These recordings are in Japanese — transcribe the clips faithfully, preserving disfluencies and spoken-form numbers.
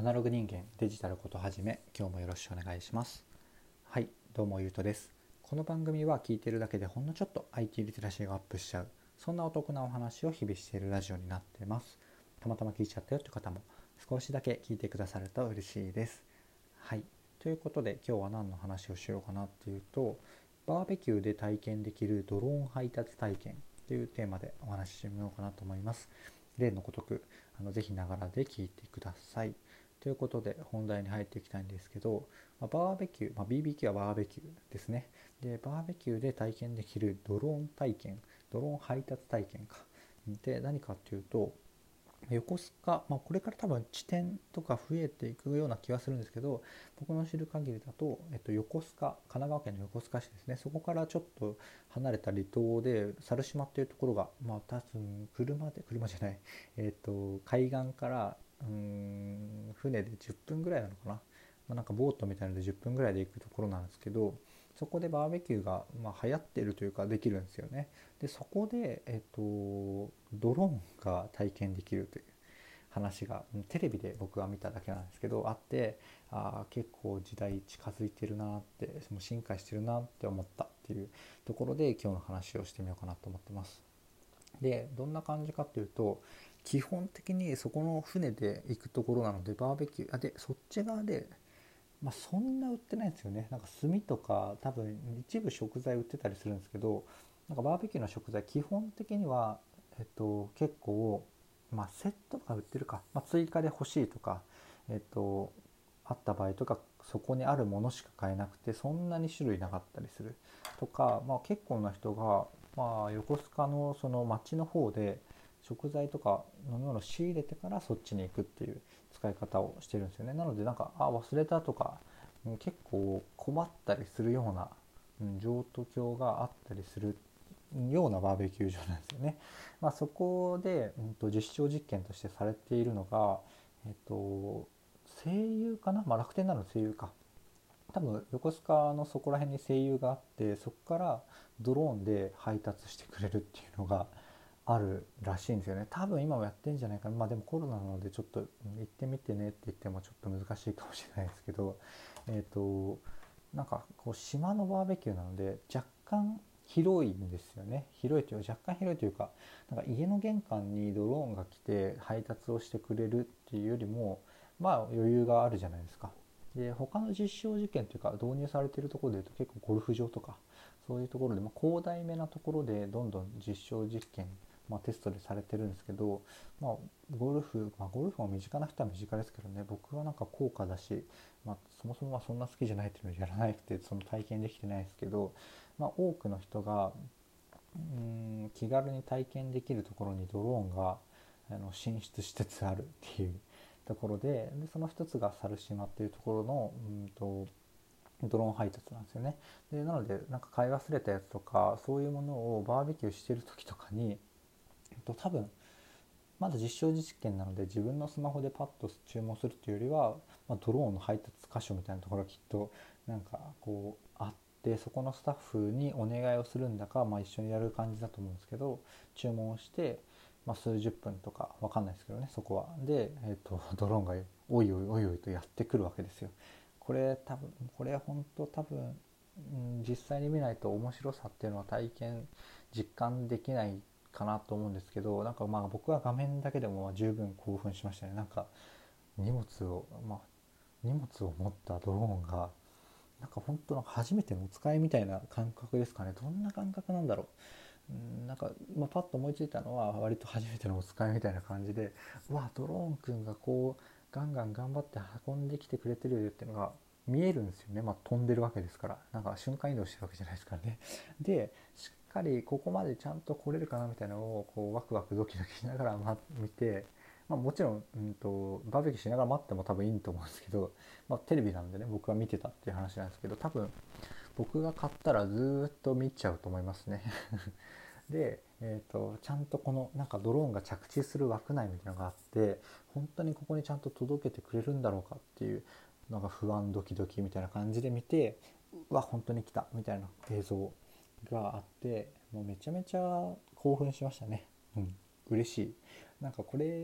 アナログ人間デジタルことはじめ、今日もよろしくお願いします。はい、どうもゆうとです。この番組は聞いているだけでほんのちょっと アイティー リテラシーがアップしちゃう、そんなお得なお話を日々しているラジオになっています。たまたま聞いちゃったよという方も少しだけ聞いてくださると嬉しいです。はい、ということで今日は何の話をしようかなっていうと、バーベキューで体験できるドローン配達体験というテーマでお話ししてみようかなと思います。例のごとくあのぜひながらで聞いてください。ということで本題に入っていきたいんですけど、まあ、バーベキュー、まあ、ビービーキュー はバーベキューですね。で、バーベキューで体験できるドローン体験、ドローン配達体験か。で、何かっていうと、横須賀、まあ、これから多分地点とか増えていくような気がするんですけど、僕の知る限りだと、えっと、横須賀、神奈川県の横須賀市ですね。そこからちょっと離れた離島で猿島っていうところが、まあ多分車で車じゃない、えっと海岸からうーん船でじゅっぷんぐらいなのかな、まあ、なんかボートみたいなのでじゅっぷんぐらいで行くところなんですけど、そこでバーベキューが、まあ、流行っているというかできるんですよね。でそこで、えっと、ドローンが体験できるという話がテレビで僕が見ただけなんですけどあって、あ結構時代近づいてるなって、もう進化してるなって思ったっていうところで今日の話をしてみようかなと思ってます。でどんな感じかっていうと、基本的にそこの船で行くところなので、バーベキューあでそっち側で、まあ、そんな売ってないんですよね。なんか炭とか多分一部食材売ってたりするんですけど、なんかバーベキューの食材基本的には、えっと、結構、まあ、セットとか売ってるか、まあ、追加で欲しいとか、えっと、あった場合とか、そこにあるものしか買えなくてそんなに種類なかったりするとか、まあ、結構な人が、まあ、横須賀のその町の方で食材とか飲み物を仕入れてからそっちに行くっていう使い方をしてるんですよね。なのでなんかあ忘れたとか、うん、結構困ったりするような、うん、状況があったりするようなバーベキュー場なんですよね。まあ、そこで、うん、と実証実験としてされているのが、えっと、声優かな、まあ、楽天なの声優か、多分横須賀のそこら辺に声優があって、そこからドローンで配達してくれるっていうのがあるらしいんですよね。多分今もやってんじゃないかな。まあでもコロナなのでちょっと行ってみてねって言ってもちょっと難しいかもしれないですけど、えっとなんかこう島のバーベキューなので若干広いんですよね。広いというか若干広いというか、なんか家の玄関にドローンが来て配達をしてくれるっていうよりも、まあ余裕があるじゃないですか。で他の実証実験というか導入されているところでいうと結構ゴルフ場とかそういうところで、まあ、広大めなところでどんどん実証実験、まあ、テストでされてるんですけど、まあ、ゴルフ、まあ、ゴルフも身近な人は身近ですけどね、僕はなんか高価だし、まあ、そもそもまあそんな好きじゃないっていうのをやらなくてその体験できてないですけど、まあ、多くの人がうーん気軽に体験できるところにドローンがあの進出しつつあるっていうところで、でその一つが猿島っていうところのうんとドローン配達なんですよね。でなのでなんか買い忘れたやつとかそういうものをバーベキューしてる時とかに、と多分まだ実証実験なので自分のスマホでパッと注文するっていうよりは、まあ、ドローンの配達箇所みたいなところがきっとなんかこうあって、そこのスタッフにお願いをするんだか、まあ、一緒にやる感じだと思うんですけど、注文をして、まあ、数十分とかわかんないですけどね、そこはで、えーと、ドローンがおいおいおいおいとやってくるわけですよ。これ多分これ本当多分、うん、実際に見ないと面白さっていうのは体験実感できないかなと思うんですけど、なんかまあ僕は画面だけでも十分興奮しましたね。なんか荷物を、まあ、荷物を持ったドローンがなんか本当の初めてのお使いみたいな感覚ですかね。どんな感覚なんだろう。うんなんか、まあ、パッと思いついたのは割と初めてのお使いみたいな感じで、うわドローンくんがこうガンガン頑張って運んできてくれてるっていうのが見えるんですよね。まあ飛んでるわけですから、なんか瞬間移動してるわけじゃないですからね。でしっかりここまでちゃんと来れるかなみたいなのをこうワクワクドキドキしながら、ま、見て、まあ、もちろん、うんと、バーベキューしながら待っても多分いいと思うんですけど、まあ、テレビなんでね僕は見てたっていう話なんですけど、多分僕が買ったらずっと見ちゃうと思いますね。で、えーと、ちゃんとこのなんかドローンが着地する枠内みたいなのがあって、本当にここにちゃんと届けてくれるんだろうかっていうのが不安ドキドキみたいな感じで見て、うわ本当に来たみたいな映像があって、もうめちゃめちゃ興奮しましたね。うん、嬉しい。なんかこれ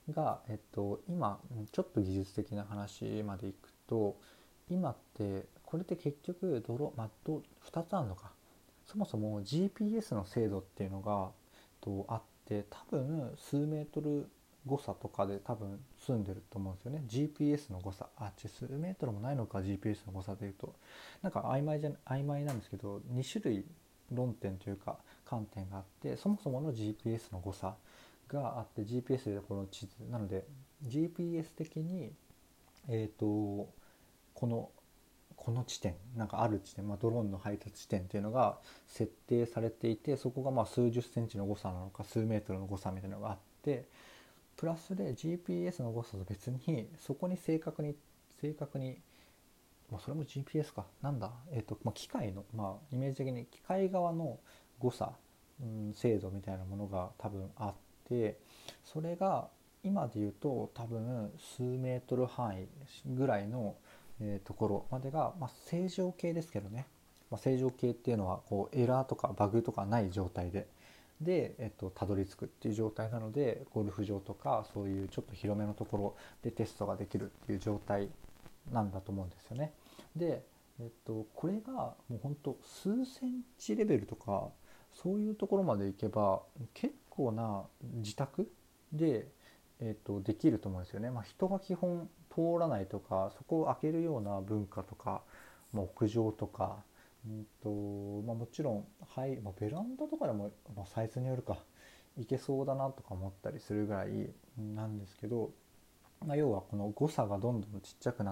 が、えっと、今ちょっと技術的な話までいくと、今ってこれって結局ドロ、まあ、どふたつあるのか。そもそも ジーピーエス の精度っていうのがとあって、多分数メートル誤差とかで多分済んでると思うんですよね。 ジーピーエス の誤差、あち数メートルもないのか。 ジーピーエス の誤差でいうとなんか曖昧じゃ曖昧なんですけど、に種類論点というか観点があって、そもそもの ジーピーエス の誤差があって、 ジーピーエス でこの地図なので ジーピーエス 的にえっ、とこのこの地点、なんかある地点、まあ、ドローンの配達地点っていうのが設定されていて、そこがまあ数十センチの誤差なのか数メートルの誤差みたいなのがあって、プラスで ジーピーエス の誤差と別にそこに正確に正確に、まあ、それも ジーピーエス かなんだ、えっ、と、まあ、機械の、まあ、イメージ的に機械側の誤差、うん、精度みたいなものが多分あって、それが今で言うと多分数メートル範囲ぐらいの、えーところまでが、まあ、正常形ですけどね、まあ、正常形っていうのはこうエラーとかバグとかない状態でで、えっと、たどり着くっていう状態なので、ゴルフ場とかそういうちょっと広めのところでテストができるっていう状態なんだと思うんですよね。で、えっと、これがもうほんと数センチレベルとかそういうところまでいけば結構な自宅で、えっと、できると思うんですよね。まあ、人が基本通らないとか、そこを開けるような文化とか、まあ、屋上とか、うんとまあ、もちろん、はいまあ、ベランダとかでも、まあ、サイズによるかいけそうだなとか思ったりするぐらいなんですけど、まあ、要はこの誤差がどんどんちっちゃくなって、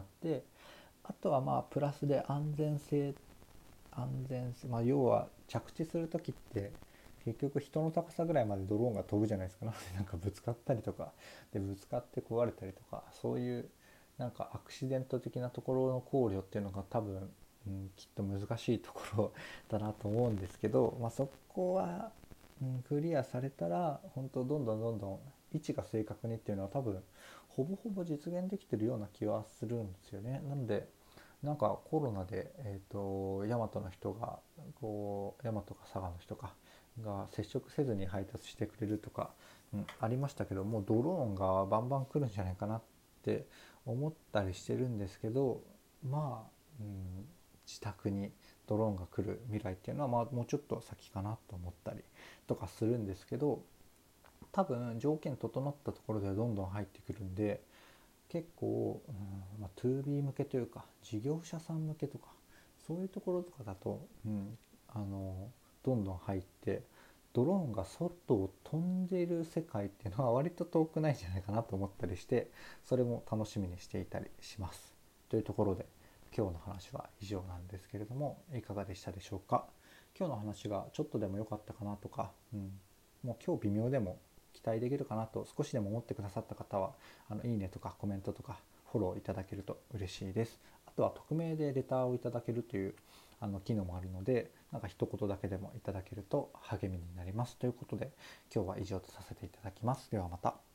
あとはまあプラスで安全性安全性、まあ、要は着地する時って結局人の高さぐらいまでドローンが飛ぶじゃないですか。なのでなんかぶつかったりとかで、ぶつかって壊れたりとか、そういうなんかアクシデント的なところの考慮っていうのが多分、うん、きっと難しいところだなと思うんですけど、まあ、そこは、うん、クリアされたら本当どんどんどんどん位置が正確にっていうのは多分ほぼほぼ実現できてるような気はするんですよね。なのでなんかコロナで、えーと、大和の人がこう大和か佐賀の人かが接触せずに配達してくれるとか、うん、ありましたけど、もうドローンがバンバン来るんじゃないかなって思ったりしてるんですけど、まあ、うん、自宅にドローンが来る未来っていうのは、まあ、もうちょっと先かなと思ったりとかするんですけど、多分条件整ったところではどんどん入ってくるんで、結構、うんまあ、トゥービー 向けというか事業者さん向けとかそういうところとかだと、うん、あのどんどん入って、ドローンが外を飛んでいる世界っていうのは割と遠くないんじゃないかなと思ったりして、それも楽しみにしていたりします。というところで今日の話は以上なんですけれども、いかがでしたでしょうか。今日の話がちょっとでも良かったかなとか、うん、もう今日微妙でも期待できるかなと少しでも思ってくださった方は、あのいいねとかコメントとかフォローいただけると嬉しいです。あとは匿名でレターをいただけるというあの機能もあるので、なんか一言だけでもいただけると励みになります。ということで今日は以上とさせていただきます。ではまた。